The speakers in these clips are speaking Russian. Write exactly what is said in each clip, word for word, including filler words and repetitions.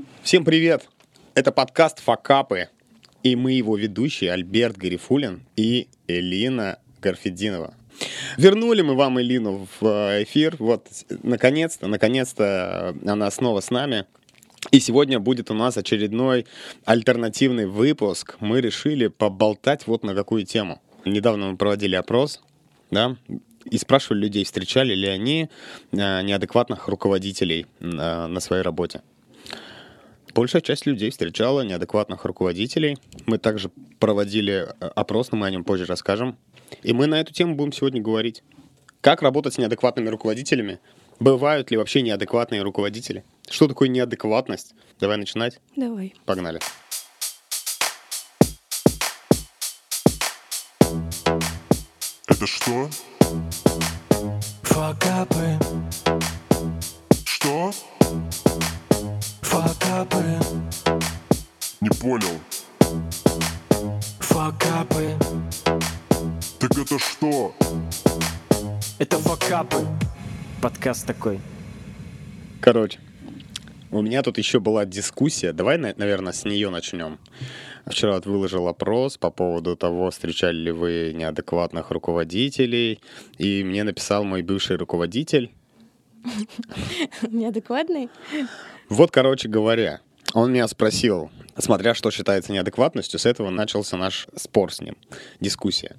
Всем привет! Это подкаст «Факапы», и мы его ведущие Альберт Гарифуллин и Элина Гарфетдинова. Вернули мы вам Элину в эфир, вот, наконец-то, наконец-то она снова с нами. И сегодня будет у нас очередной альтернативный выпуск. Мы решили поболтать вот на какую тему. Недавно мы проводили опрос, да, и спрашивали людей, встречали ли они неадекватных руководителей на своей работе. Большая часть людей встречала неадекватных руководителей. Мы также проводили опрос, но мы о нем позже расскажем. И мы на эту тему будем сегодня говорить. Как работать с неадекватными руководителями? Бывают ли вообще неадекватные руководители? Что такое неадекватность? Давай начинать? Давай. Погнали. Это что? Факапы. Что? Факапы. Не понял. Факапы. Так это что? Это факапы. Подкаст такой. Короче, у меня тут еще была дискуссия. Давай, наверное, с нее начнем. Вчера вот выложил опрос по поводу того, встречали ли вы неадекватных руководителей. И мне написал мой бывший руководитель. Неадекватный? Вот, короче говоря, он меня спросил, смотря что считается неадекватностью, с этого начался наш спор с ним, дискуссия.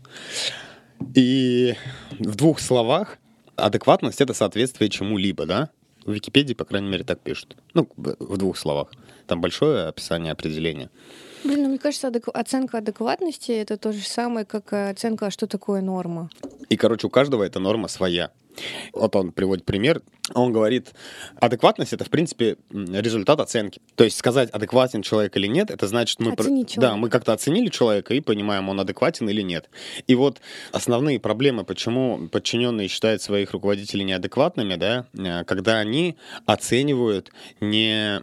И в двух словах, адекватность — это соответствие чему-либо, да? В Википедии, по крайней мере, так пишут. Ну, в двух словах. Там большое описание, определение. Блин, ну мне кажется, адек... оценка адекватности — это то же самое, как оценка, что такое норма. И, короче, у каждого эта норма своя. Вот он приводит пример. Он говорит, адекватность — это, в принципе, результат оценки. То есть сказать, адекватен человек или нет, это значит, мы, Оценить да, мы как-то оценили человека и понимаем, он адекватен или нет. И вот основные проблемы, почему подчиненные считают своих руководителей неадекватными, да, когда они оценивают не,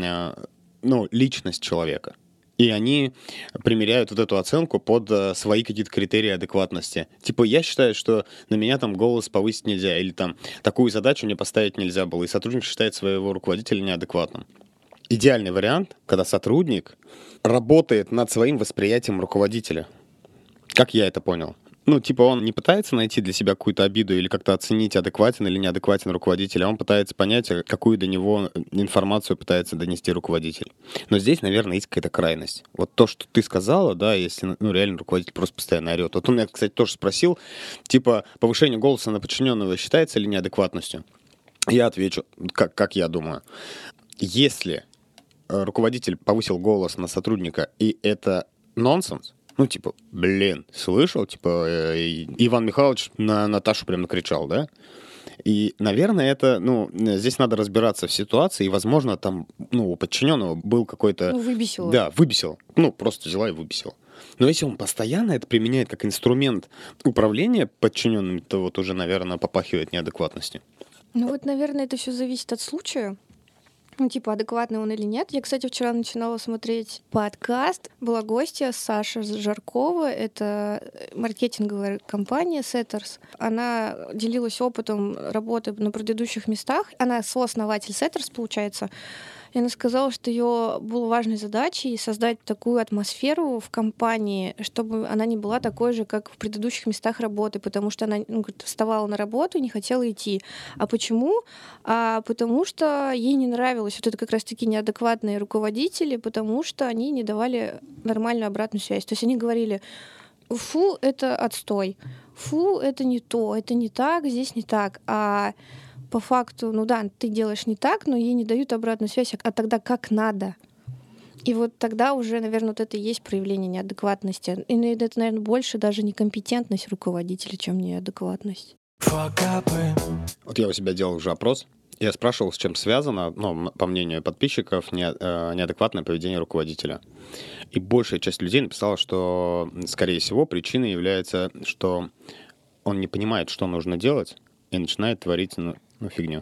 ну, личность человека. И они примеряют вот эту оценку под свои какие-то критерии адекватности. Типа, я считаю, что на меня там голос повысить нельзя, или там такую задачу мне поставить нельзя было, и сотрудник считает своего руководителя неадекватным. Идеальный вариант, когда сотрудник работает над своим восприятием руководителя. Как я это понял? Ну, типа, он не пытается найти для себя какую-то обиду или как-то оценить, адекватен или неадекватен руководитель, а он пытается понять, какую до него информацию пытается донести руководитель. Но здесь, наверное, есть какая-то крайность. Вот то, что ты сказала, да, если, ну, реально руководитель просто постоянно орет. Вот он меня, кстати, тоже спросил, типа, повышение голоса на подчиненного считается ли неадекватностью? Я отвечу, как, как я думаю. Если руководитель повысил голос на сотрудника, и это нонсенс, ну, типа, блин, слышал, типа, э, Иван Михайлович на Наташу прям накричал, да? И, наверное, это, ну, здесь надо разбираться в ситуации, и, возможно, там, ну, у подчиненного был какой-то... Ну, выбесило. Да, выбесил. Ну, просто взяла и выбесила. Но если он постоянно это применяет как инструмент управления подчиненным, то вот уже, наверное, попахивает неадекватностью. Ну, вот, наверное, это все зависит от случая. Ну, типа, адекватный он или нет. Я, кстати, вчера начинала смотреть подкаст. Была гостья Саша Жаркова. Это маркетинговая компания Setters. Она делилась опытом работы на предыдущих местах. Она сооснователь Setters, получается. И она сказала, что ее было важной задачей создать такую атмосферу в компании, чтобы она не была такой же, как в предыдущих местах работы, потому что она, ну, говорит, вставала на работу и не хотела идти. А почему? А потому что ей не нравилось вот это как раз-таки неадекватные руководители, потому что они не давали нормальную обратную связь. То есть они говорили: фу, это отстой, фу, это не то, это не так, здесь не так. А по факту, ну да, ты делаешь не так, но ей не дают обратную связь, а тогда как надо. И вот тогда уже, наверное, вот это и есть проявление неадекватности. И это, наверное, больше даже некомпетентность руководителя, чем неадекватность. Факапы. Вот я у себя делал уже опрос. Я спрашивал, с чем связано, ну, по мнению подписчиков, не, э, неадекватное поведение руководителя. И большая часть людей написала, что, скорее всего, причиной является, что он не понимает, что нужно делать, и начинает творить, ну, ну фигню.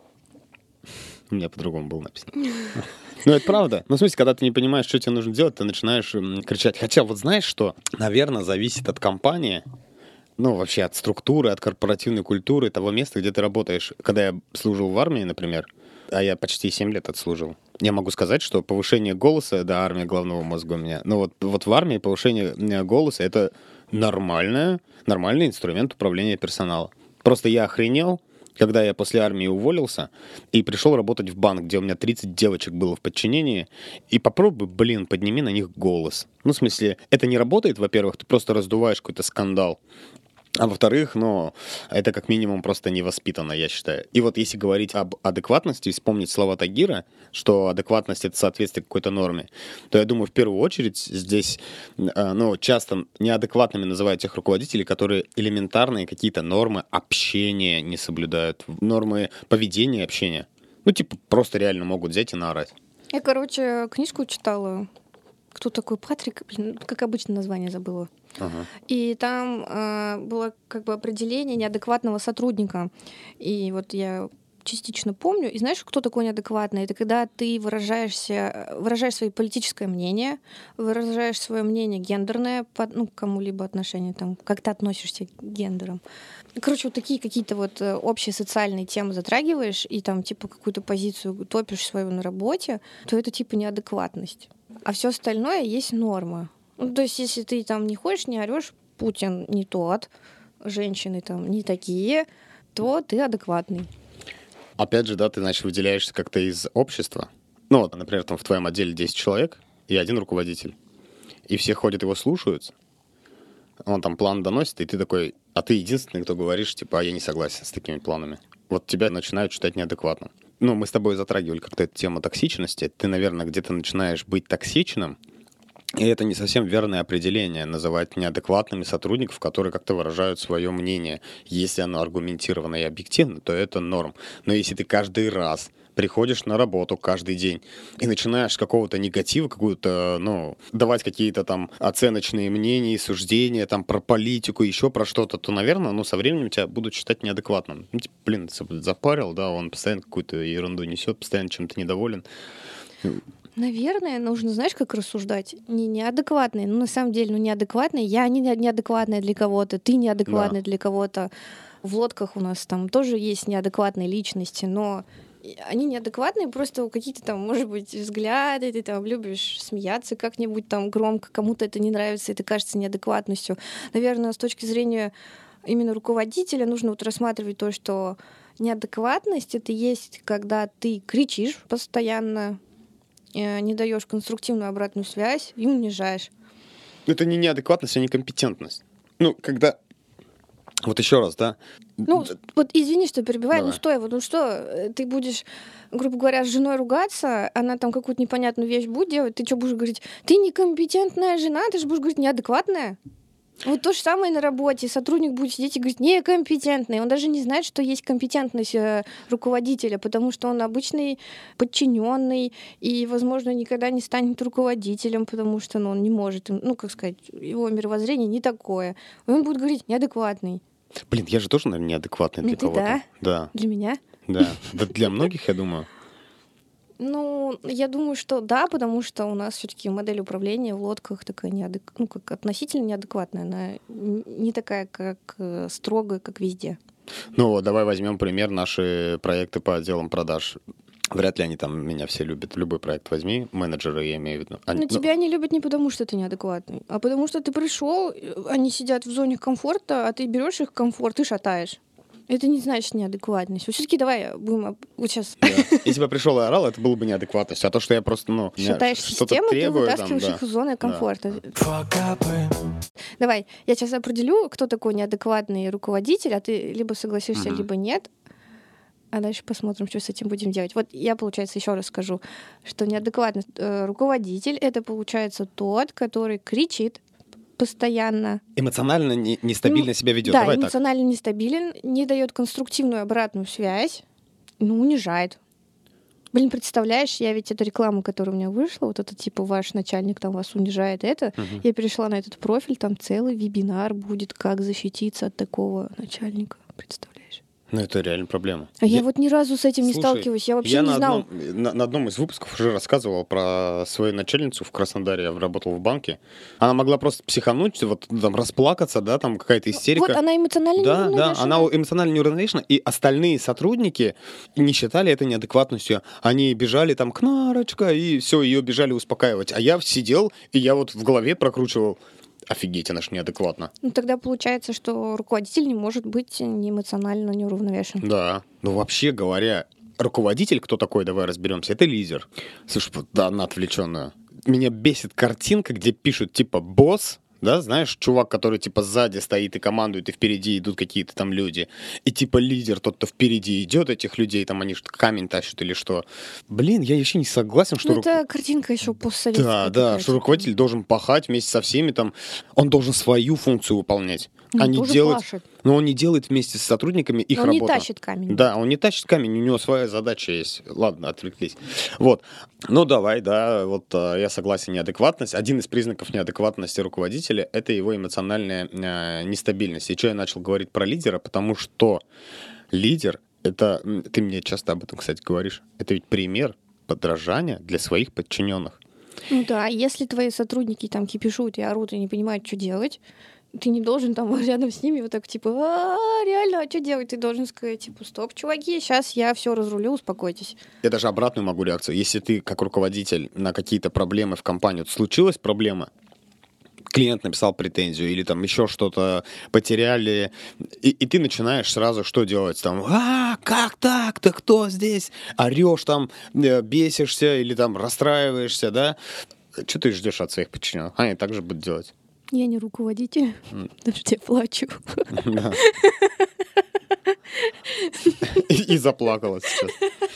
У меня по-другому было написано. Ну, это правда. Ну, в смысле, когда ты не понимаешь, что тебе нужно делать, ты начинаешь кричать. Хотя, вот знаешь что? Наверное, зависит от компании, ну, вообще от структуры, от корпоративной культуры того места, где ты работаешь. Когда я служил в армии, например, А я почти семь лет отслужил. Я могу сказать, что повышение голоса, да, армия головного мозга у меня, но вот, вот в армии повышение голоса — это нормальное, нормальный инструмент управления персоналом. Просто я охренел, когда я после армии уволился и пришел работать в банк, где у меня тридцать девочек было в подчинении, и попробуй, блин, подними на них голос. Ну, в смысле, это не работает, во-первых, ты просто раздуваешь какой-то скандал. А во-вторых, ну, это как минимум просто невоспитанно, я считаю. И вот если говорить об адекватности, вспомнить слова Тагира, что адекватность — это соответствие какой-то норме, то я думаю, в первую очередь здесь, ну, часто неадекватными называют тех руководителей, которые элементарные какие-то нормы общения не соблюдают, нормы поведения общения. Ну, типа, просто реально могут взять и наорать. Я, короче, книжку читала. Кто такой Патрик? Блин, как обычно название забыла. Ага. И там э, было как бы определение неадекватного сотрудника. И вот я частично помню. И знаешь, кто такой неадекватный? Это когда ты выражаешься, выражаешь свое политическое мнение, выражаешь свое мнение гендерное по ну, кому-либо отношению, там, как ты относишься к гендерам. Короче, вот такие какие-то вот общие социальные темы затрагиваешь и там типа какую-то позицию топишь свою на работе, то это типа неадекватность. А все остальное есть норма. Ну, то есть, если ты там не ходишь, не орешь, Путин не тот, женщины там не такие, то ты адекватный. Опять же, да, ты, значит, выделяешься как-то из общества. Ну, вот, например, там в твоем отделе десять человек и один руководитель. И все ходят его слушаются. Он там план доносит, и ты такой, а ты единственный, кто говоришь, типа, а я не согласен с такими планами. Вот тебя начинают считать неадекватным. Ну, мы с тобой затрагивали как-то эту тему токсичности. Ты, наверное, где-то начинаешь быть токсичным, и это не совсем верное определение, называть неадекватными сотрудников, которые как-то выражают свое мнение. Если оно аргументировано и объективно, то это норм. Но если ты каждый раз приходишь на работу каждый день и начинаешь с какого-то негатива, какую-то, ну, давать какие-то там оценочные мнения и суждения там про политику, еще про что-то, то, наверное, ну, со временем тебя будут считать неадекватным. Ну, типа, блин, запарил, да, он постоянно какую-то ерунду несет, постоянно чем-то недоволен. Наверное, нужно, знаешь, как рассуждать? Не неадекватные, ну, на самом деле, ну, неадекватные. Я не неадекватная для кого-то, ты неадекватный да. для кого-то. В лодках у нас там тоже есть неадекватные личности, но они неадекватные, просто какие-то там, может быть, взгляды, ты там любишь смеяться как-нибудь там громко, кому-то это не нравится, это кажется неадекватностью. Наверное, с точки зрения именно руководителя нужно вот рассматривать то, что неадекватность — это есть, когда ты кричишь постоянно, не даешь конструктивную обратную связь и унижаешь. Это не неадекватность, а некомпетентность. Ну, когда... Вот еще раз, да? Ну, вот извини, что перебиваю, Давай. ну стой, вот ну что, ты будешь, грубо говоря, с женой ругаться, она там какую-то непонятную вещь будет делать, ты что будешь говорить? Ты некомпетентная жена, ты же будешь говорить неадекватная? Вот то же самое на работе. Сотрудник будет сидеть и говорить некомпетентный. Он даже не знает, что есть компетентность руководителя, потому что он обычный подчиненный и, возможно, никогда не станет руководителем, потому что ну, он не может, ну, как сказать, его мировоззрение не такое. И он будет говорить неадекватный. Блин, я же тоже, наверное, неадекватный для ну, ты кого-то. Да. да. Для меня? Да. Да для многих, я думаю. Ну, я думаю, что да, потому что у нас все-таки модель управления в лодках такая неадек... ну, как относительно неадекватная. Она не такая, как строгая, как везде. Ну, давай возьмем пример наши проекты по отделам продаж. Вряд ли они там меня все любят. Любой проект возьми, менеджеры, я имею в виду. Они, Но ну... тебя не любят не потому, что ты неадекватный, а потому что ты пришел, они сидят в зоне комфорта, а ты берешь их комфорт и шатаешь. Это не значит неадекватность. Все-таки давай будем вот сейчас. Да. Если бы пришел и орал, это было бы неадекватность. А то, что я просто, ну, считаешь систему, ты вытаскиваешь там, да. их из зоны комфорта. Да. Давай, я сейчас определю, кто такой неадекватный руководитель, а ты либо согласишься, угу. либо нет. А дальше посмотрим, что с этим будем делать. Вот я, получается, еще раз скажу, что неадекватный э, руководитель — это, получается, тот, который кричит постоянно. Эмоционально не, нестабильно ну, себя ведет. Да, Давай эмоционально так. нестабилен, не дает конструктивную обратную связь, ну, унижает. Блин, представляешь, я ведь эту рекламу, которая у меня вышла, вот это типа ваш начальник там вас унижает, это, uh-huh. я перешла на этот профиль, там целый вебинар будет, как защититься от такого начальника, представляешь? Ну, это реально проблема. А я, я вот ни разу с этим не Слушай, сталкиваюсь. Я вообще я не на знала. Одном, на, на одном из выпусков уже рассказывал про свою начальницу в Краснодаре. Я работал в банке. Она могла просто психануть, вот там расплакаться, да, там какая-то истерика. Вот она эмоционально Да, неуравновешена. да, она эмоционально неуравновешена, и остальные сотрудники не считали это неадекватностью. Они бежали там к Нарочка, и все, ее бежали успокаивать. А я сидел, и я вот в голове прокручивал: офигеть, она ж неадекватна. Ну, тогда получается, что руководитель не может быть не эмоционально неуравновешен. Да. Ну, вообще говоря, руководитель, кто такой, давай разберемся, это лидер. Слушай, вот, да, на отвлеченную. Меня бесит картинка, где пишут типа «босс», да, знаешь, чувак, который типа сзади стоит и командует, и впереди идут какие-то там люди. И типа лидер, тот, кто впереди идет, этих людей, там они что, камень тащат или что. Блин, я еще не согласен, что... Ну, рук... это картинка еще постсоветская. Да, да, что руководитель должен пахать вместе со всеми, там, он должен свою функцию выполнять. Ну, а не тоже делать... пашет. Но он не делает вместе с сотрудниками их Но он работу. не тащит камень. Да, он не тащит камень, у него своя задача есть. Ладно, отвлеклись. Вот. Ну, давай, да, вот э, я согласен, неадекватность. Один из признаков неадекватности руководителя — это его эмоциональная э, нестабильность. И что я начал говорить про лидера? Потому что лидер — это... Ты мне часто об этом, кстати, говоришь. Это ведь пример подражания для своих подчиненных. Ну да, если твои сотрудники там кипишуют и орут, и не понимают, что делать, ты не должен там рядом с ними вот так типа, а, реально, а что делать? Ты должен сказать, типа, стоп, чуваки, сейчас я все разрулю, успокойтесь. Я даже обратную могу реакцию. Если ты, как руководитель, на какие-то проблемы в компании, вот случилась проблема, клиент написал претензию или там еще что-то потеряли, и, и ты начинаешь сразу что делать? Там, а, как так? Ты кто здесь? Орешь там, бесишься или там расстраиваешься, да? Что ты ждешь от своих подчиненных? Они так же будут делать. Я не руководитель, потому что я плачу. И заплакала сейчас.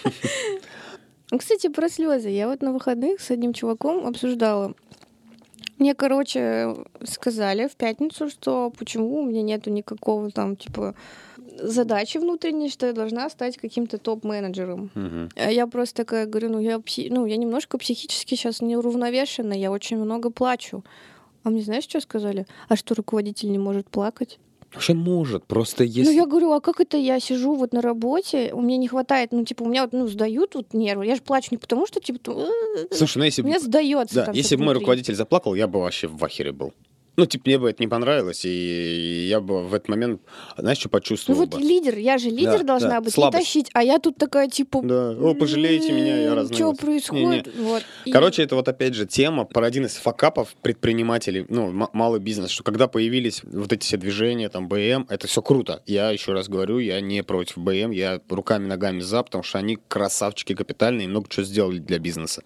Кстати, про слезы. Я вот на выходных с одним чуваком обсуждала. Мне, короче, сказали в пятницу, что почему у меня нету никакого там, типа, задачи внутренней, что я должна стать каким-то топ-менеджером. Uh-huh. А я просто такая говорю, ну я, пси... ну, я немножко психически сейчас неуравновешена, я очень много плачу. А мне знаешь, что сказали? А что, руководитель не может плакать? Вообще может, просто если... Ну, я говорю, а как это я сижу вот на работе, у меня не хватает, ну, типа, у меня вот, ну, сдают вот нервы. Я же плачу не потому, что, типа... Слушай, ну, если... У меня сдается да, там. если бы мой руководитель заплакал, я бы вообще в ахере был. Ну, типа, мне бы это не понравилось, и я бы в этот момент, знаешь, что почувствовал ну, вот бы? лидер, я же лидер да, должна да, быть, слабость. не тащить, а я тут такая, типа... Да, о, пожалейте меня, я разнылась. Что происходит? Не-не. Вот. Короче, и... это вот опять же тема про один из факапов предпринимателей, ну, м- малый бизнес, что когда появились вот эти все движения, там, бэ эм, это все круто. Я еще раз говорю, я не против бэ эм, я руками-ногами за, потому что они красавчики капитальные и много чего сделали для бизнеса.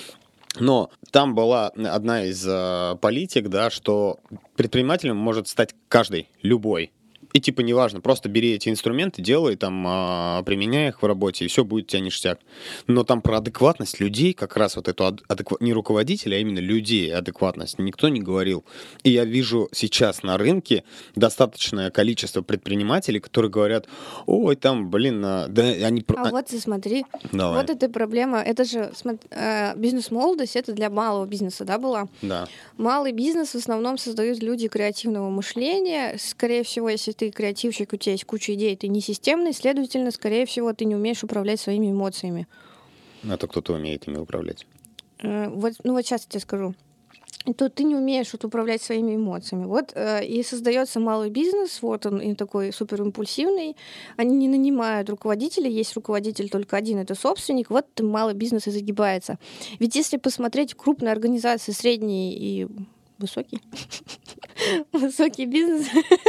Но там была одна из э, политик, да, что предпринимателем может стать каждый, любой. И типа неважно, просто бери эти инструменты, делай там, э, применяй их в работе, и все будет у тебя ништяк. Но там про адекватность людей, как раз вот эту адекват... не руководителя, а именно людей адекватность, никто не говорил. И я вижу сейчас на рынке достаточное количество предпринимателей, которые говорят, ой, там, блин, да, они... А вот ты смотри, Давай. Вот эта проблема, это же э, бизнес-молодость, это для малого бизнеса, да, была? Да. Малый бизнес в основном создают люди креативного мышления. Скорее всего, если ты креативщик, у тебя есть куча идей, ты не системный, следовательно, скорее всего, ты не умеешь управлять своими эмоциями. А то кто-то умеет ими управлять. Э, вот, ну вот сейчас я тебе скажу. То ты не умеешь вот управлять своими эмоциями. Вот э, и создается малый бизнес, вот он и такой суперимпульсивный. Они не нанимают руководителя, есть руководитель только один, это собственник. Вот малый бизнес и загибается. Ведь если посмотреть крупные организации, средний и высокий, высокий бизнес.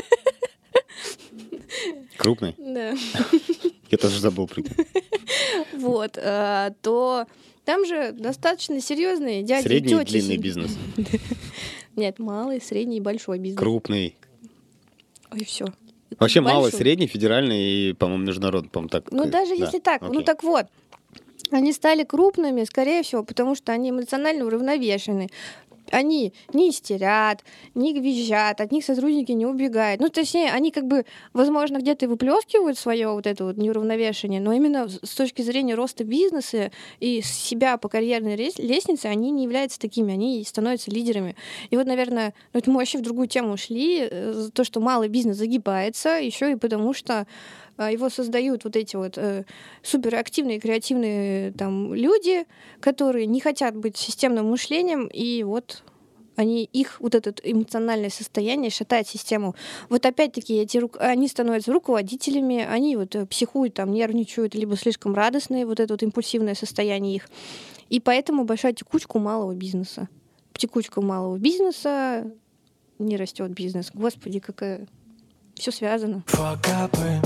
Крупный? Да. Я тоже забыл про это. Вот, то там же достаточно серьезные дяди и Средний и тети. длинный бизнес. Нет, малый, средний и большой бизнес. Крупный. Ой, все. Вообще малый, средний, федеральный и, по-моему, международный, по-моему, так. Ну, даже да. если так. Окей. Ну, так вот. Они стали крупными, скорее всего, потому что они эмоционально уравновешены. Они не истерят, не визжат, от них сотрудники не убегают. Ну, точнее, они как бы, возможно, где-то и выплескивают свое вот это вот неуравновешение, но именно с точки зрения роста бизнеса и себя по карьерной лестнице они не являются такими, они становятся лидерами. И вот, наверное, ну, это мы вообще в другую тему ушли, то, что малый бизнес загибается, еще и потому что а, его создают вот эти вот э, суперактивные, креативные там люди, которые не хотят быть системным мышлением, и вот они, их вот это эмоциональное состояние шатает систему. Вот опять-таки эти, ру- они становятся руководителями, они вот э, психуют, там, нервничают, либо слишком радостные, вот это вот импульсивное состояние их. И поэтому большая текучка у малого бизнеса. Текучка у малого бизнеса, не растет бизнес. Господи, какая... Все связано. Факапы,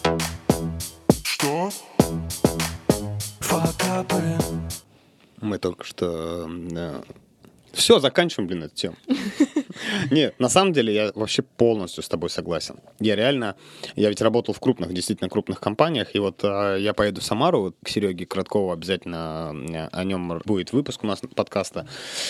Что? факапы. Мы только что... Все, заканчиваем, блин, эту тему. Нет, на самом деле я вообще полностью с тобой согласен. Я реально... Я ведь работал в крупных, действительно крупных компаниях, и вот а, я поеду в Самару, вот, к Сереге Короткову обязательно а, о нем будет выпуск у нас подкаста.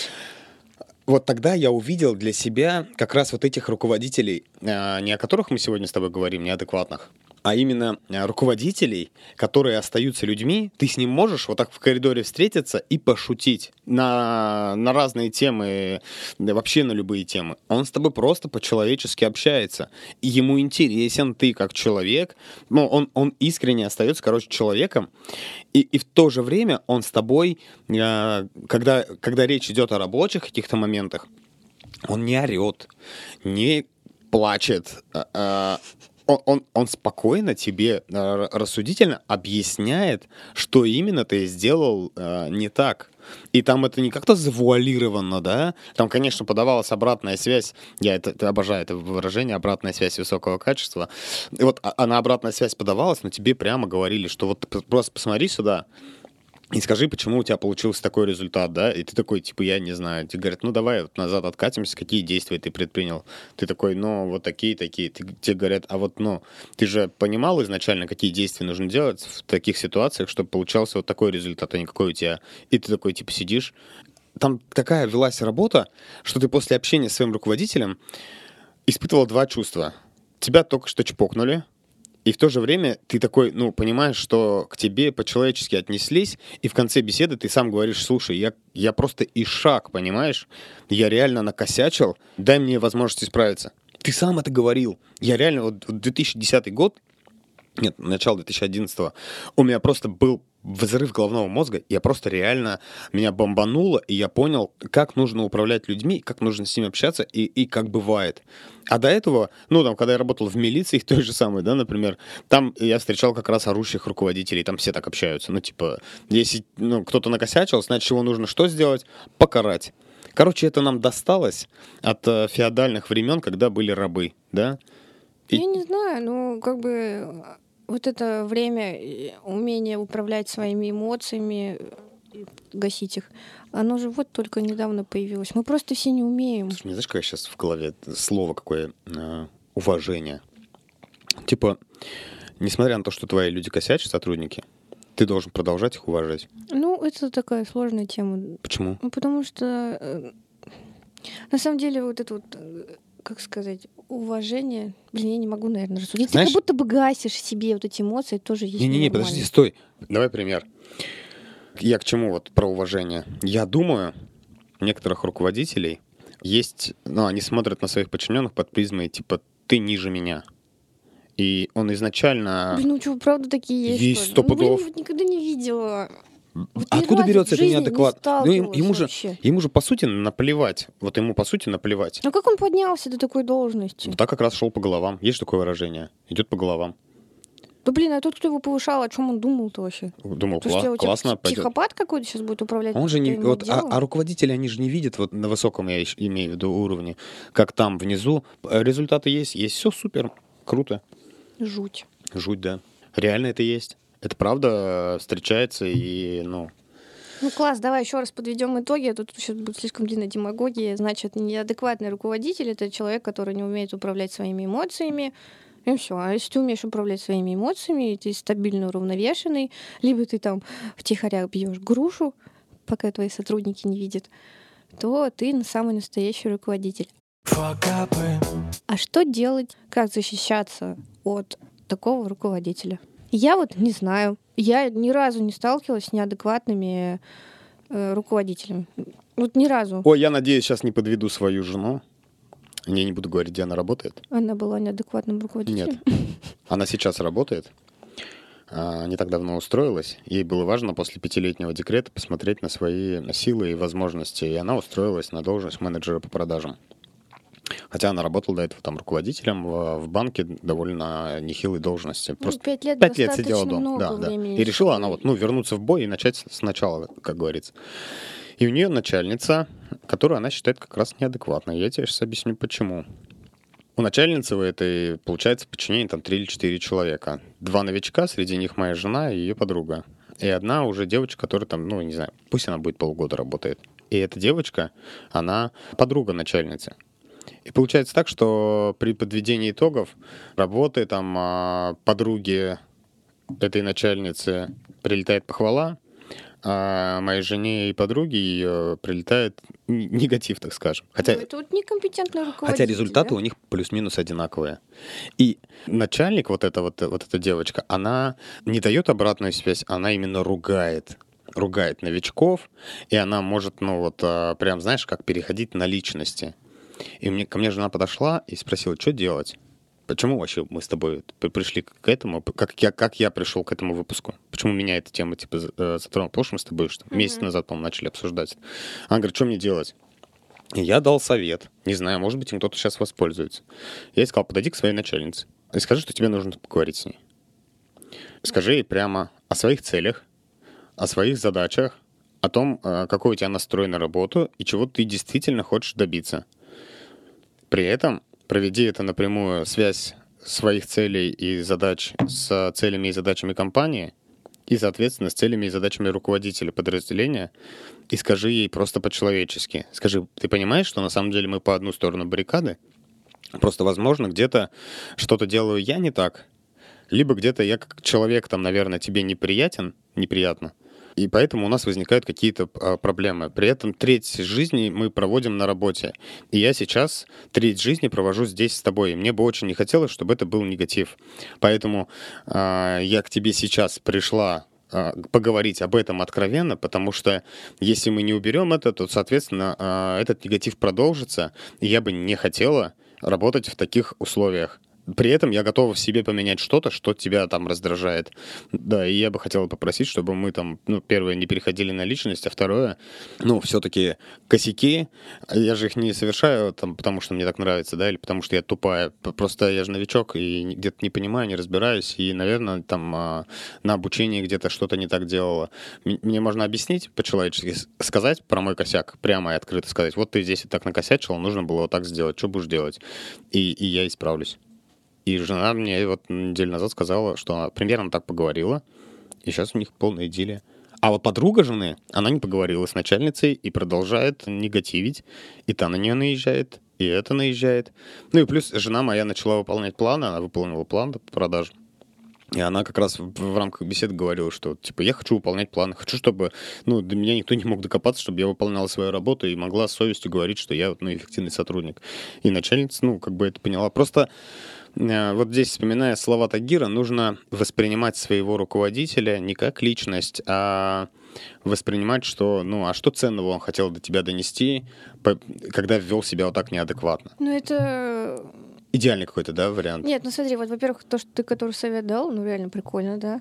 Вот тогда я увидел для себя как раз вот этих руководителей, а, не о которых мы сегодня с тобой говорим, неадекватных, а именно а, руководителей, которые остаются людьми. Ты с ним можешь вот так в коридоре встретиться и пошутить на, на разные темы, да, вообще на любые темы. Он с тобой просто по-человечески общается. И ему интересен ты как человек. Ну, он, он искренне остается, короче, человеком. И, и в то же время он с тобой, а, когда, когда речь идет о рабочих каких-то моментах, он не орет, не плачет, а, Он, он, он спокойно тебе э, рассудительно объясняет, что именно ты сделал э, не так. И там это не как-то завуалировано, да? Там, конечно, подавалась обратная связь. Я это, это обожаю это выражение, обратная связь высокого качества. И вот она, обратная связь подавалась, но тебе прямо говорили, что вот ты просто посмотри сюда и скажи, почему у тебя получился такой результат, да? И ты такой, типа, я не знаю. Тебе говорят, ну давай вот назад откатимся, какие действия ты предпринял? Ты такой, ну вот такие, такие. Ты, тебе говорят, а вот, ну, ты же понимал изначально, какие действия нужно делать в таких ситуациях, чтобы получался вот такой результат, а не какой у тебя. И ты такой, типа, сидишь. Там такая велась работа, что ты после общения с своим руководителем испытывал два чувства. Тебя только что чпокнули, и в то же время ты такой, ну, понимаешь, что к тебе по-человечески отнеслись, и в конце беседы ты сам говоришь, слушай, я, я просто ишак, понимаешь? Я реально накосячил, дай мне возможность исправиться. Ты сам это говорил. Я реально, вот две тысячи десятый год, нет, начало две тысячи одиннадцатого, у меня просто был взрыв головного мозга, я просто реально, меня бомбануло, и я понял, как нужно управлять людьми, как нужно с ними общаться, и, и как бывает. А до этого, ну, там, когда я работал в милиции, той же самой, да, например, там я встречал как раз орущих руководителей, там все так общаются. Ну, типа, если ну, кто-то накосячил, значит, его нужно что сделать? Покарать. Короче, это нам досталось от э, феодальных времен, когда были рабы, да? И... Я не знаю, ну, как бы вот это время, умение управлять своими эмоциями, гасить их, оно же вот только недавно появилось. Мы просто все не умеем. Слушай, не знаешь, какое сейчас в голове слово какое? Э, уважение. Типа, несмотря на то, что твои люди косячат, сотрудники, ты должен продолжать их уважать. Ну, это такая сложная тема. Почему? Ну, потому что, э, на самом деле, вот это вот, э, как сказать, уважение... Блин, я не могу, наверное, рассудить. Знаешь, ты как будто бы гасишь себе вот эти эмоции, тоже есть. Не-не-не, подожди, стой. Давай пример. Я к чему вот про уважение? Я думаю, у некоторых руководителей есть... Ну, они смотрят на своих подчиненных под призмой, типа, ты ниже меня. И он изначально... Блин, ну что, правда такие есть? Есть, сто пудов. Ну, блин, никогда не видела. Вот Откуда берется это неадекват? Не ну, ему, же, вообще. ему же, по сути, наплевать. Вот ему, по сути, наплевать. А как он поднялся до такой должности? Вот так как раз шел по головам. Есть такое выражение. Идет по головам. Да блин, а тот, кто его повышал, о чем он думал-то вообще? Думал, То, кла- что классно пойдет. Психопат какой-то сейчас будет управлять. Он же не... твоим Вот, а, делом? а руководители, они же не видят вот на высоком, я ищ- имею в виду, уровне, как там внизу. Результаты есть. Есть все супер. Круто. Жуть. Жуть, да. Реально это есть. Это правда встречается и, ну... Ну класс, давай еще раз подведем итоги. А то тут сейчас будет слишком длинная демагогия. Значит, неадекватный руководитель — это человек, который не умеет управлять своими эмоциями. И все. А если ты умеешь управлять своими эмоциями, и ты стабильно уравновешенный, либо ты там втихаря бьешь грушу, пока твои сотрудники не видят, то ты самый настоящий руководитель. Факапы. А что делать? Как защищаться от такого руководителя? Я вот не знаю. Я ни разу не сталкивалась с неадекватными э, руководителями. Вот ни разу. Ой, я надеюсь, сейчас не подведу свою жену. Я не буду говорить, где она работает. Она была неадекватным руководителем? Нет. Она сейчас работает, а, не так давно устроилась. Ей было важно после пятилетнего декрета посмотреть на свои силы и возможности. И она устроилась на должность менеджера по продажам. Хотя она работала до этого там руководителем в, в банке довольно нехилой должности. Ну, Просто пять лет пять лет достаточно сидела дома. много Да, да. времени. И решила она вот, ну, вернуться в бой и начать сначала, как говорится. И у нее начальница, которую она считает как раз неадекватной. Я тебе сейчас объясню, почему. У начальницы в этой, получается, в подчинении там три или четыре человека. Два новичка, среди них моя жена и ее подруга. И одна уже девочка, которая там, ну, не знаю, пусть она будет полгода работает. И эта девочка, она подруга начальницы. И получается так, что при подведении итогов работы там а, подруги этой начальницы прилетает похвала, а моей жене и подруге ее прилетает н- негатив, так скажем. Хотя, Ну, это вот некомпетентный руководитель. хотя результаты да? у них плюс-минус одинаковые. И начальник, вот эта вот, вот эта девочка, она не дает обратную связь, она именно ругает. Ругает новичков, и она может, ну вот, а, прям, знаешь, как переходить на личности. И мне, ко мне жена подошла и спросила, что делать? Почему вообще мы с тобой при- пришли к этому? Как я, как я пришел к этому выпуску? Почему меня эта тема типа за- э, затронула? Потому что мы с тобой что, месяц назад, по-моему, начали обсуждать. Она говорит, что мне делать? И я дал совет. Не знаю, может быть, им кто-то сейчас воспользуется. Я ей сказал, подойди к своей начальнице и скажи, что тебе нужно поговорить с ней. Скажи ей прямо о своих целях, о своих задачах, о том, э, какой у тебя настрой на работу и чего ты действительно хочешь добиться. При этом проведи это напрямую связь своих целей и задач с целями и задачами компании и, соответственно, с целями и задачами руководителя подразделения и скажи ей просто по-человечески. Скажи, ты понимаешь, что на самом деле мы по одну сторону баррикады? Просто, возможно, где-то что-то делаю я не так, либо где-то я как человек, там, наверное, тебе неприятен, неприятно, и поэтому у нас возникают какие-то а, проблемы. При этом треть жизни мы проводим на работе. И я сейчас треть жизни провожу здесь с тобой. И мне бы очень не хотелось, чтобы это был негатив. Поэтому а, я к тебе сейчас пришла а, поговорить об этом откровенно, потому что если мы не уберем это, то, соответственно, а, этот негатив продолжится. И я бы не хотела работать в таких условиях. При этом я готова в себе поменять что-то, что тебя там раздражает. Да, и я бы хотел попросить, чтобы мы там, ну, первое, не переходили на личность, а второе, ну, все-таки косяки, я же их не совершаю там, потому что мне так нравится, да, или потому что я тупая. Просто я же новичок и где-то не понимаю, не разбираюсь, и, наверное, там а, на обучении где-то что-то не так делала. М- Мне можно объяснить по-человечески, с- сказать про мой косяк, прямо и открыто сказать, вот ты здесь и так накосячила, нужно было вот так сделать, что будешь делать? И, и я исправлюсь. И жена мне вот неделю назад сказала, что она примерно так поговорила, и сейчас у них полная идиллия. А вот подруга жены, она не поговорила с начальницей и продолжает негативить. И та на нее наезжает, и это наезжает. Ну и плюс жена моя начала выполнять планы, она выполнила план по продажам. И она как раз в, в рамках беседы говорила, что, типа, я хочу выполнять планы, хочу, чтобы, ну, до меня никто не мог докопаться, чтобы я выполняла свою работу и могла с совестью говорить, что я, ну, эффективный сотрудник. И начальница, ну, как бы это поняла. Просто э, вот здесь, вспоминая слова Тагира, нужно воспринимать своего руководителя не как личность, а воспринимать, что, ну, а что ценного он хотел до тебя донести, по- когда вел себя вот так неадекватно. Ну, это... Идеальный какой-то, да, вариант? Нет, ну смотри, вот, во-первых, то, что ты, который совет дал, ну, реально прикольно, да.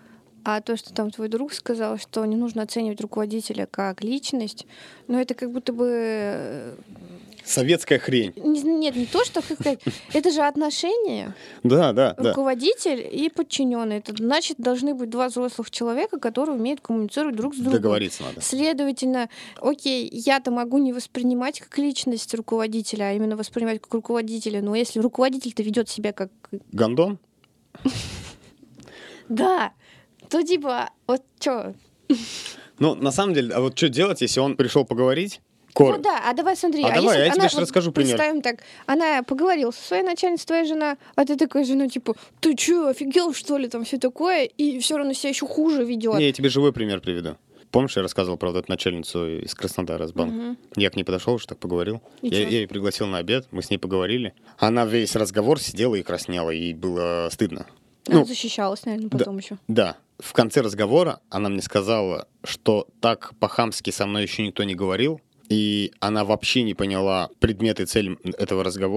А то, что там твой друг сказал, что не нужно оценивать руководителя как личность, ну, это как будто бы... Советская хрень. Не- Нет, не то, что... как сказать, это же отношения. Да, да, да. Руководитель и подчиненный. Это значит, должны быть два взрослых человека, которые умеют коммуницировать друг с другом. Договориться надо. Следовательно, окей, я-то могу не воспринимать как личность руководителя, а именно воспринимать как руководителя. Но если руководитель-то ведет себя как... Гондон? Да, то типа, вот что? Ну, на самом деле, а вот что делать, если он пришел поговорить? Кор... Вот да, а давай смотри. А давай, если я тебе она, щас расскажу пример. Представим так, она поговорила со своей начальницей, твоя жена, а ты такая жена, типа, ты чё, офигел, что ли, там все такое, и все равно себя еще хуже ведет. Не, я тебе живой пример приведу. Помнишь, я рассказывал про вот эту начальницу из Краснодара, с банка? Мгм. Я к ней подошел, что так поговорил. И Я, чё? я ее пригласил на обед, мы с ней поговорили. Она весь разговор сидела и краснела, ей было стыдно. Она Ну, защищалась, наверное, потом еще. Да. В конце разговора она мне сказала, что так по-хамски со мной еще никто не говорил, и она вообще не поняла предмет и цель этого разговора.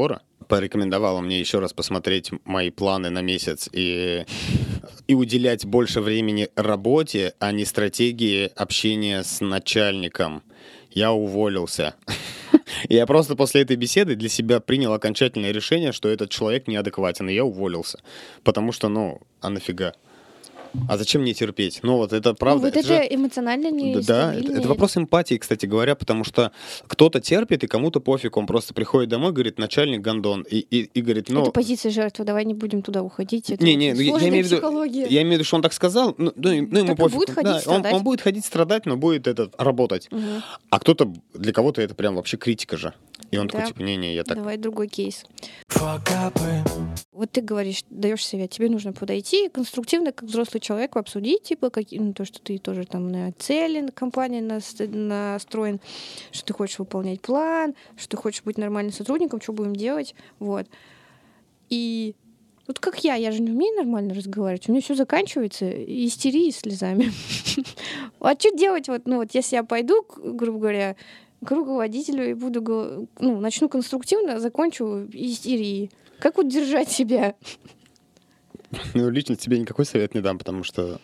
порекомендовала мне еще раз посмотреть мои планы на месяц и, и уделять больше времени работе, а не стратегии общения с начальником. Я уволился. Я просто после этой беседы для себя принял окончательное решение, что этот человек неадекватен, и я уволился. Потому что, ну, а нафига? А зачем мне терпеть? Ну вот это правда. Ну, вот это, это же... эмоционально не Да, это, это вопрос эмпатии, кстати говоря, потому что кто-то терпит, и кому-то пофиг. Он просто приходит домой, говорит, начальник гондон, и, и, и говорит, ну... Это позиция жертвы, давай не будем туда уходить. Это не, не, я, я, имею в виду, психология. я имею в виду, что он так сказал, ну, ну, ну ему так пофиг. Будет ходить, да, он, он будет ходить страдать, но будет этот, работать. Угу. А кто-то, для кого-то это прям вообще критика же. И он да. такой, типа, не-не, я так... Давай другой кейс. Факапы. Вот ты говоришь, даешь совет, тебе нужно подойти конструктивно, как взрослый человек, обсудить, типа, какие, ну, то, что ты тоже там на цели компании настроен, что ты хочешь выполнять план, что ты хочешь быть нормальным сотрудником, что будем делать, вот. И вот как я, я же не умею нормально разговаривать, у меня все заканчивается истерией, слезами. А что делать, вот, ну, вот, если я пойду, грубо говоря, к руководителю и буду, ну, начну конструктивно, закончу истерией. Как вот держать себя? Ну, лично тебе никакой совет не дам, потому что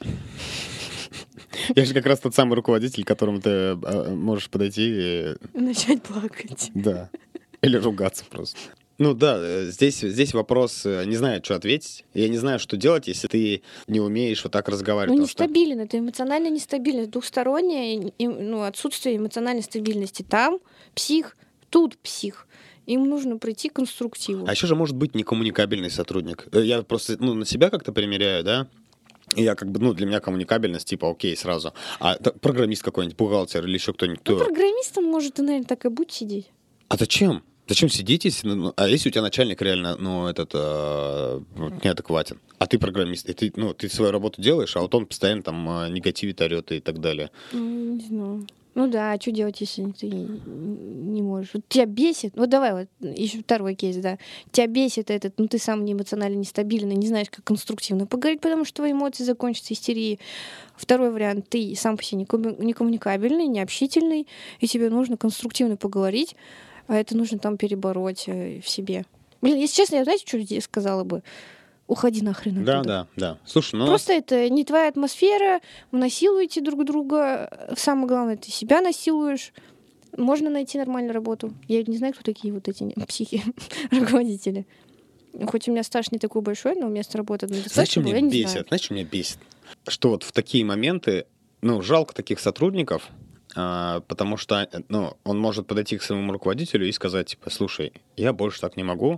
я же как раз тот самый руководитель, к которому ты можешь подойти и... начать плакать. Да. Или ругаться просто. Ну да, здесь, здесь вопрос, не знаю, что ответить. Я не знаю, что делать, если ты не умеешь вот так разговаривать. Ну, нестабилен, что... это эмоционально нестабильно, двухстороннее, ну, отсутствие эмоциональной стабильности. Там псих, тут псих. Им нужно прийти к конструктиву. А еще же может быть некоммуникабельный сотрудник. Я просто, ну, на себя как-то примеряю, да? И я как бы, ну, для меня коммуникабельность, типа, окей, сразу. А программист какой-нибудь, бухгалтер или еще кто-нибудь. Ну, программистом, может, ты, наверное, так и будь сидеть. А зачем? Зачем сидеть, если, ну, а если у тебя начальник реально, ну, этот, э, неадекватен, а ты программист, и ты, ну, ты свою работу делаешь, а вот он постоянно там негативит, орет и так далее. Ну, не знаю. Ну да, а что делать, если ты не можешь? Вот тебя бесит, вот давай вот еще второй кейс, да. Тебя бесит этот, ну ты сам не эмоционально нестабильный, не знаешь, как конструктивно поговорить, потому что твои эмоции закончатся истерией. Второй вариант, ты сам по себе не коммуникабельный, не общительный, и тебе нужно конструктивно поговорить, а это нужно там перебороть в себе. Блин, если честно, я, знаете, что сказала бы? Уходи нахрен оттуда. Да, да, да. Слушай, ну... Просто это не твоя атмосфера, вы насилуете друг друга. Самое главное, ты себя насилуешь. Можно найти нормальную работу. Я не знаю, кто такие вот эти психи, руководители. Хоть у меня стаж не такой большой, но у меня работа достаточно. Знаешь, что была, меня бесит? Знаешь, что меня бесит? Что вот в такие моменты, ну, жалко таких сотрудников, а, потому что, ну, он может подойти к своему руководителю и сказать, типа, слушай, я больше так не могу,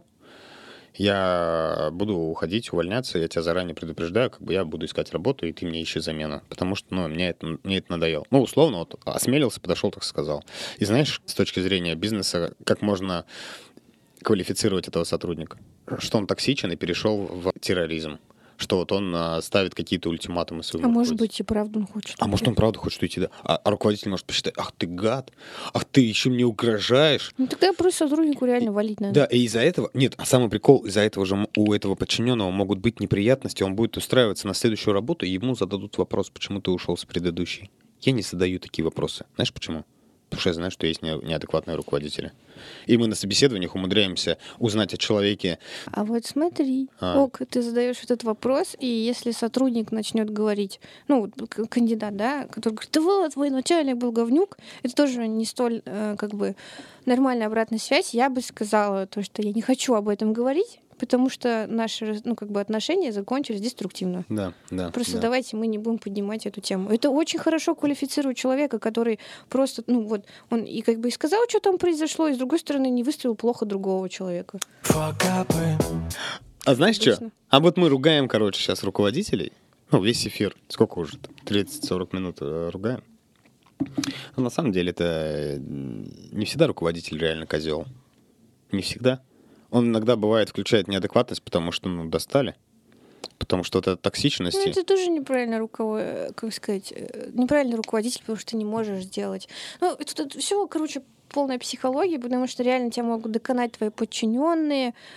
я буду уходить, увольняться, я тебя заранее предупреждаю, как бы я буду искать работу, и ты мне ищи замену. Потому что, ну, мне это, мне это надоело. Ну, условно, вот осмелился, подошел, так сказал. И знаешь, с точки зрения бизнеса, как можно квалифицировать этого сотрудника? Что он токсичен и перешел в терроризм. Что вот он а, ставит какие-то ультиматумы своему А может быть, и правда он хочет. А может, он правда хочет уйти, да? А, а руководитель может посчитать, ах ты гад, ах ты еще мне угрожаешь. Ну тогда просто сотруднику реально валить надо. Да, и из-за этого, нет, а самый прикол, из-за этого же у этого подчиненного могут быть неприятности, он будет устраиваться на следующую работу, и ему зададут вопрос, почему ты ушел с предыдущей. Я не задаю такие вопросы. Знаешь почему? Потому что я знаю, что есть неадекватные руководители. И мы на собеседованиях умудряемся узнать о человеке. А вот смотри, а. ок, ты задаешь этот вопрос, и если сотрудник начнет говорить, ну, кандидат, да, который говорит, да вот, твой начальник был говнюк, это тоже не столь, э, как бы, нормальная обратная связь. Я бы сказала то, что я не хочу об этом говорить, потому что наши, ну, как бы, отношения закончились деструктивно. Да, да. Просто да. давайте мы не будем поднимать эту тему. Это очень хорошо квалифицирует человека, который просто, ну вот, он и как бы и сказал, что там произошло, и с другой стороны не выставил плохо другого человека. Факапы. А знаешь Отлично. что? А вот мы ругаем, короче, сейчас руководителей. Ну, весь эфир. Сколько уже? тридцать-сорок минут ругаем. Но на самом деле это не всегда руководитель реально козел. Не всегда. Он иногда бывает включает неадекватность, потому что, ну, достали. Потому что это токсичность. Ну, это тоже неправильно руководитель, как сказать, неправильный руководитель, потому что ты не можешь сделать. Ну, это, это все, короче, полная психология, потому что реально тебя могут доконать твои подчиненные.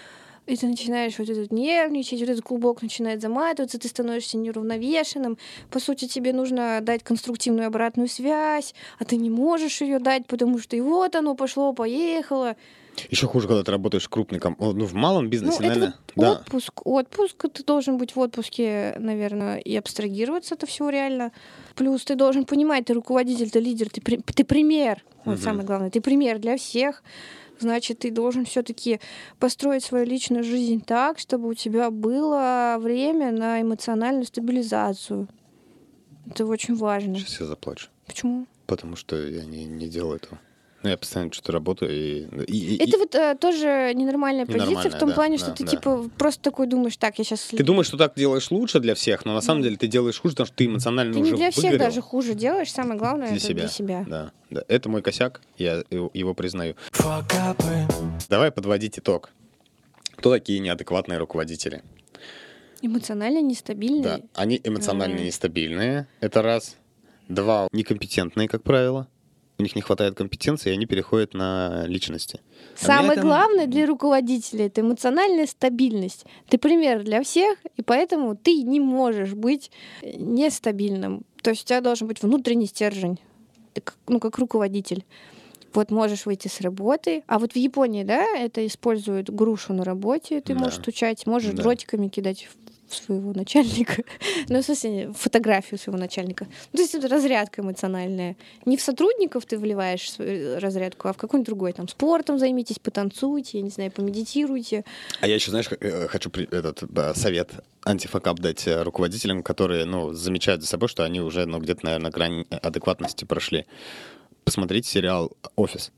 И ты начинаешь вот этот нервничать, вот этот клубок начинает заматываться, ты становишься неуравновешенным. По сути, тебе нужно дать конструктивную обратную связь, а ты не можешь ее дать, потому что и вот оно пошло, поехало. Еще хуже, когда ты работаешь в крупной компании. Ну, в малом бизнесе, Ну, это наверное. вот Да. отпуск. Отпуск, ты должен быть в отпуске, наверное, и абстрагироваться это все реально. Плюс ты должен понимать, ты руководитель, ты лидер, ты, при- ты пример. Вот Мгм. самое главное, ты пример для всех. Значит, ты должен все-таки построить свою личную жизнь так, чтобы у тебя было время на эмоциональную стабилизацию. Это очень важно. Сейчас я заплачу. Почему? Потому что я не, не делаю этого. Ну, я постоянно что-то работаю и... и- и- Это вот э, тоже ненормальная позиция в Ненормальная, том да, плане, да, что ты да. типа просто такой думаешь, так, я сейчас... Ты думаешь, что так делаешь лучше для всех, но на самом Да. деле ты делаешь хуже, потому что ты эмоционально Ты уже не для всех выгорел. даже хуже делаешь, самое главное Для это себя. для себя. Да, да. Это мой косяк, я его, его признаю. Факапы. Давай подводить итог. Кто такие неадекватные руководители? Эмоционально нестабильный. Да, они эмоционально А. нестабильные, это раз. Два, некомпетентные, как правило. У них не хватает компетенции, и они переходят на личности. А меня Самое это- главное для руководителя — это эмоциональная стабильность. Ты пример для всех, и поэтому ты не можешь быть нестабильным. То есть у тебя должен быть внутренний стержень, ты как- ну, как руководитель. Вот можешь выйти с работы. А вот в Японии, да, это используют грушу на работе, ты Да. можешь стучать, можешь Да. дротиками кидать в в своего начальника. Ну, в смысле, фотографию своего начальника. Ну, то есть это разрядка эмоциональная. Не в сотрудников ты вливаешь свою разрядку, а в какой-нибудь другой. Там, спортом займитесь, потанцуйте, я не знаю, помедитируйте. А я еще, знаешь, как, э, хочу при- этот э, совет антифакап дать э, руководителям, которые, ну, замечают за собой, что они уже, ну, где-то, наверное, грань адекватности прошли. Посмотрите сериал «Офис».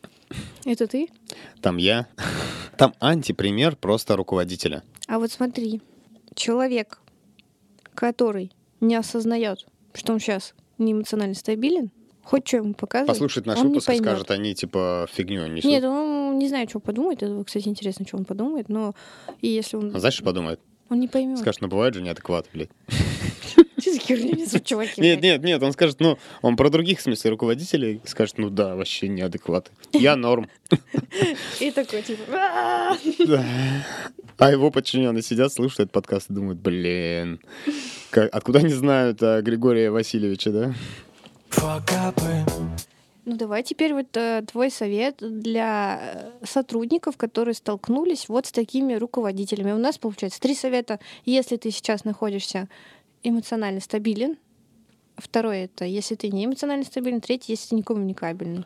Это ты? Там я. Там антипример просто руководителя. А вот смотри, человек, который не осознает, что он сейчас не эмоционально стабилен, хоть что ему показывает, Послушает наш он не выпуск и поймет. скажет, они типа фигню несут. Нет, он не знает, что подумает. Это, кстати, интересно, что он подумает, но и если он... А знаешь, что подумает? Он не поймет. Скажет, ну бывает же неадекват, блядь. Что за херню несут, чуваки? Нет, блядь? нет, нет, он скажет, ну, он про других, в смысле, руководителей скажет, ну да, вообще неадекваты. Я норм. И такой, типа... «А-а-а!» Да. А его подчиненные сидят, слушают этот подкаст и думают, блин, как- откуда они знают о Григория Васильевича, да? Факапы. Ну давай теперь вот э, твой совет для э, сотрудников, которые столкнулись вот с такими руководителями. У нас получается три совета. Если ты сейчас находишься эмоционально стабилен. Второе — это если ты не эмоционально стабилен. Третье — если ты не коммуникабельный.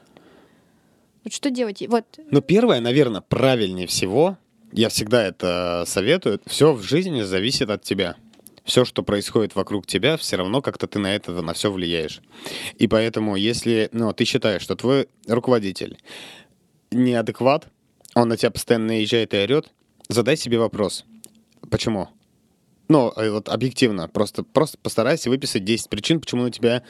Вот что делать? Вот Ну, первое, наверное, правильнее всего, я всегда это советую, все в жизни зависит от тебя. Все, что происходит вокруг тебя, все равно как-то ты на это, на все влияешь. И поэтому, если ну, ты считаешь, что твой руководитель неадекват, он на тебя постоянно наезжает и орет, задай себе вопрос. Почему? Ну, э, вот объективно, просто, просто постарайся выписать десять причин, почему на тебя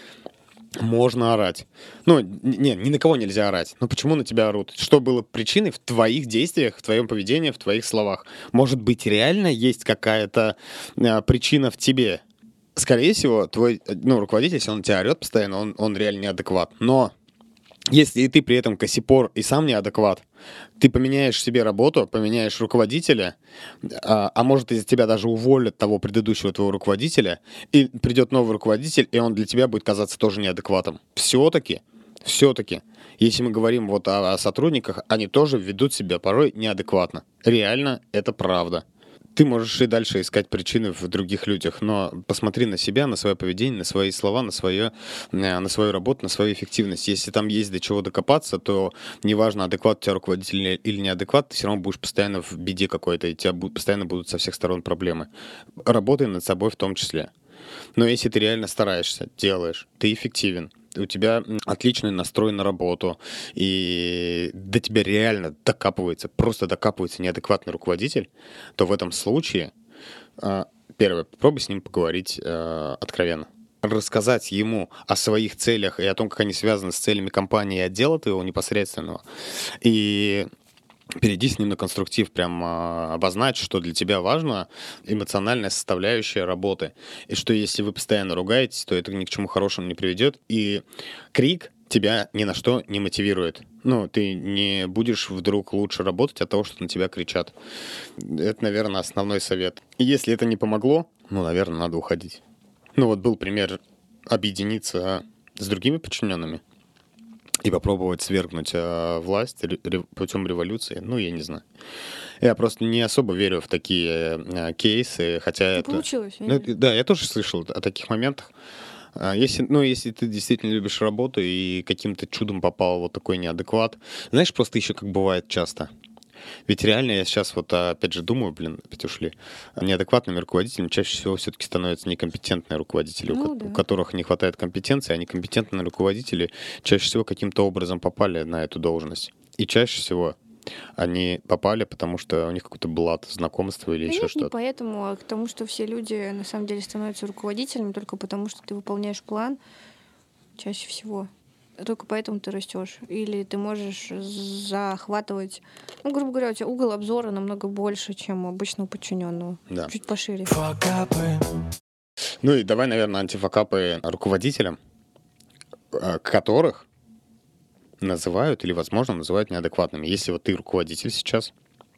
можно орать. Ну, н- не, ни на кого нельзя орать. Но почему на тебя орут? Что было причиной в твоих действиях, в твоем поведении, в твоих словах? Может быть, реально есть какая-то э, причина в тебе? Скорее всего, твой э, ну, руководитель, если он на тебя орет постоянно, он, он реально неадекват. Но если и ты при этом косипор и сам неадекват, ты поменяешь себе работу, поменяешь руководителя, а, а может из-за тебя даже уволят того предыдущего твоего руководителя, и придет новый руководитель, и он для тебя будет казаться тоже неадекватом. Все-таки, все-таки, если мы говорим вот о, о сотрудниках, они тоже ведут себя порой неадекватно. Реально, это правда. Ты можешь и дальше искать причины в других людях, но посмотри на себя, на свое поведение, на свои слова, на, свое, на свою работу, на свою эффективность. Если там есть до чего докопаться, то неважно, адекват у тебя руководитель или неадекват, ты все равно будешь постоянно в беде какой-то, и у тебя будут, постоянно будут со всех сторон проблемы. Работай над собой в том числе. Но если ты реально стараешься, делаешь, ты эффективен, у тебя отличный настрой на работу, и до тебя реально докапывается, просто докапывается неадекватный руководитель, то в этом случае, э, первое, попробуй с ним поговорить э, откровенно. Рассказать ему о своих целях и о том, как они связаны с целями компании и отдела твоего непосредственного. И перейди с ним на конструктив, прям а, обозначь, что для тебя важна эмоциональная составляющая работы. И что если вы постоянно ругаетесь, то это ни к чему хорошему не приведет. И крик тебя ни на что не мотивирует. Ну, ты не будешь вдруг лучше работать от того, что на тебя кричат. Это, наверное, основной совет. И если это не помогло, ну, наверное, надо уходить. Ну, вот был пример объединиться с другими подчиненными и попробовать свергнуть э, власть ре- путем революции. Ну, я не знаю. Я просто не особо верю в такие э, кейсы, хотя Ну, это... получилось, Ну, видишь? да, я тоже слышал о таких моментах. А Если, ну, если ты действительно любишь работу и каким-то чудом попал в вот такой неадекват, знаешь, просто еще как бывает часто. Ведь реально я сейчас вот опять же думаю, блин, опять ушли, неадекватными руководителями чаще всего все-таки становятся некомпетентные руководители, Ну у, ко- да. у которых не хватает компетенции, а некомпетентные руководители чаще всего каким-то образом попали на эту должность. И чаще всего они попали, потому что у них какой-то блат, знакомство или Да еще нет, не что-то. поэтому, а к тому, что все люди на самом деле становятся руководителями только потому, что ты выполняешь план чаще всего. Только поэтому ты растешь. Или ты можешь захватывать, ну, грубо говоря, у тебя угол обзора намного больше, чем у обычного подчиненного. Да. Чуть пошире. Факапы. Ну и давай, наверное, антифакапы руководителям, э, которых называют или, возможно, называют неадекватными. Если вот ты руководитель сейчас,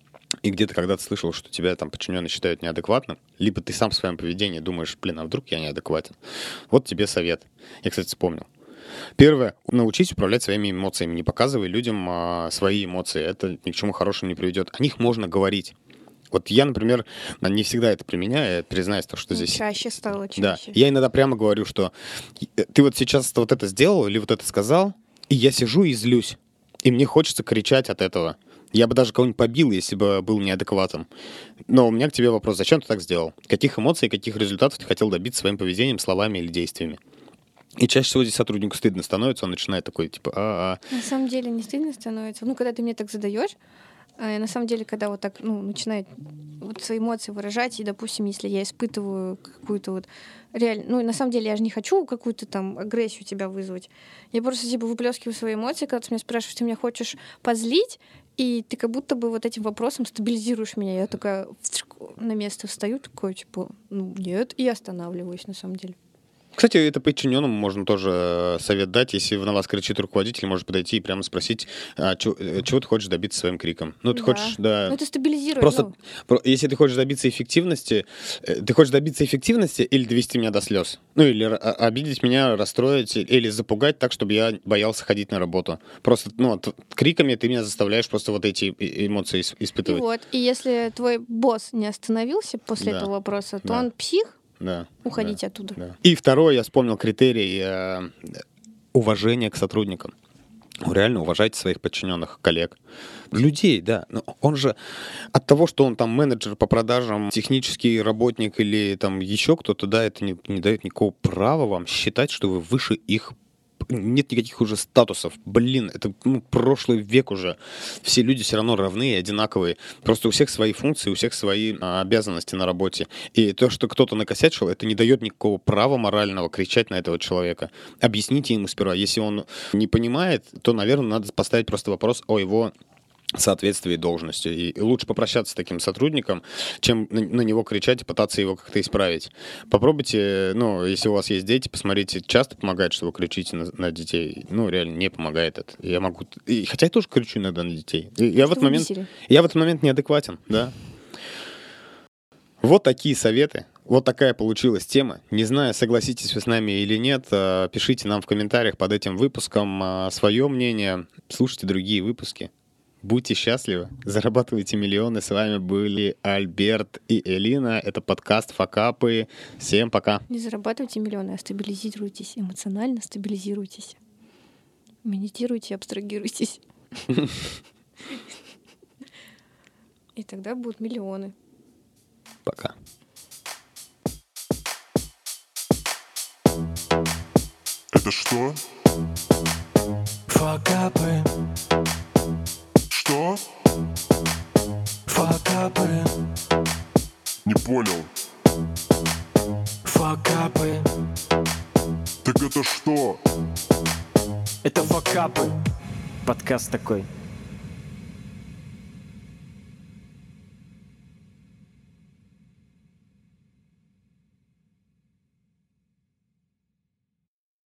и где-то когда-то слышал, что тебя там подчиненные считают неадекватным, либо ты сам в своем поведении думаешь, блин, а вдруг я неадекватен? Вот тебе совет. Я, кстати, вспомнил. Первое. Научись управлять своими эмоциями. Не показывай людям а, свои эмоции. Это ни к чему хорошему не приведет. О них можно говорить. Вот я, например, не всегда это применяю, я признаюсь, то, что Ну, здесь... чаще стало, Да, чаще. я иногда прямо говорю, что ты вот сейчас вот это сделал или вот это сказал, и я сижу и злюсь. И мне хочется кричать от этого. Я бы даже кого-нибудь побил, если бы был неадекватом. Но у меня к тебе вопрос. Зачем ты так сделал? Каких эмоций, каких результатов ты хотел добиться своим поведением, словами или действиями? И чаще всего здесь сотруднику стыдно становится, он начинает такой, типа, а-а. На самом деле не стыдно становится. Ну, когда ты мне так задаешь, а на самом деле, когда вот так, ну, начинает вот свои эмоции выражать, и, допустим, если я испытываю какую-то вот реально... Ну, на самом деле, я же не хочу какую-то там агрессию тебя вызвать. Я просто, типа, выплескиваю свои эмоции, когда ты меня спрашиваешь, ты меня хочешь позлить, и ты как будто бы вот этим вопросом стабилизируешь меня. Я такая на место встаю, такой, типа, ну, нет, и останавливаюсь, на самом деле. Кстати, это подчиненному можно тоже совет дать. Если на вас кричит руководитель, может подойти и прямо спросить, а, чего, чего ты хочешь добиться своим криком. Ну, ты Да. хочешь, да... Ну, это стабилизирует. Просто, ну. про- если ты хочешь добиться эффективности, э, ты хочешь добиться эффективности или довести меня до слез? Ну, или р- а- обидеть меня, расстроить, или запугать так, чтобы я боялся ходить на работу. Просто, ну, т- криками ты меня заставляешь просто вот эти э- эмоции ис- И испытывать. вот, и если твой босс не остановился после Да. этого вопроса, то Да. он псих, Да. уходите оттуда. Да. И второе, я вспомнил критерий э, уважения к сотрудникам. Реально уважайте своих подчиненных, коллег. Людей, да. Но он же от того, что он там менеджер по продажам, технический работник или там еще кто-то, да, это не, не дает никакого права вам считать, что вы выше их. Нет никаких уже статусов. Блин, это ну, прошлый век уже. Все люди все равно равны и одинаковые. Просто у всех свои функции, у всех свои а, обязанности на работе. И то, что кто-то накосячил, это не дает никакого права морального кричать на этого человека. Объясните ему сперва. Если он не понимает, то, наверное, надо поставить просто вопрос о его соответствии должности. И лучше попрощаться с таким сотрудником, чем на, на него кричать и пытаться его как-то исправить. Попробуйте, ну, если у вас есть дети, посмотрите, часто помогает, что вы кричите на, на детей. Ну, реально, не помогает это. Я могу... И, хотя я тоже кричу иногда на детей. И я, в этот вы момент, бесили. я в этот момент неадекватен, да. Вот такие советы. Вот такая получилась тема. Не знаю, согласитесь вы с нами или нет. а, Пишите нам в комментариях под этим выпуском а, свое мнение. Слушайте другие выпуски. Будьте счастливы, зарабатывайте миллионы. С вами были Альберт и Элина. Это подкаст «Факапы». Всем пока. Не зарабатывайте миллионы, а стабилизируйтесь, эмоционально стабилизируйтесь. Медитируйте, абстрагируйтесь. И тогда будут миллионы. Пока. Это что? Факапы. Что? Факапы. Не понял. Факапы. Так это что? Это факапы. Подкаст такой.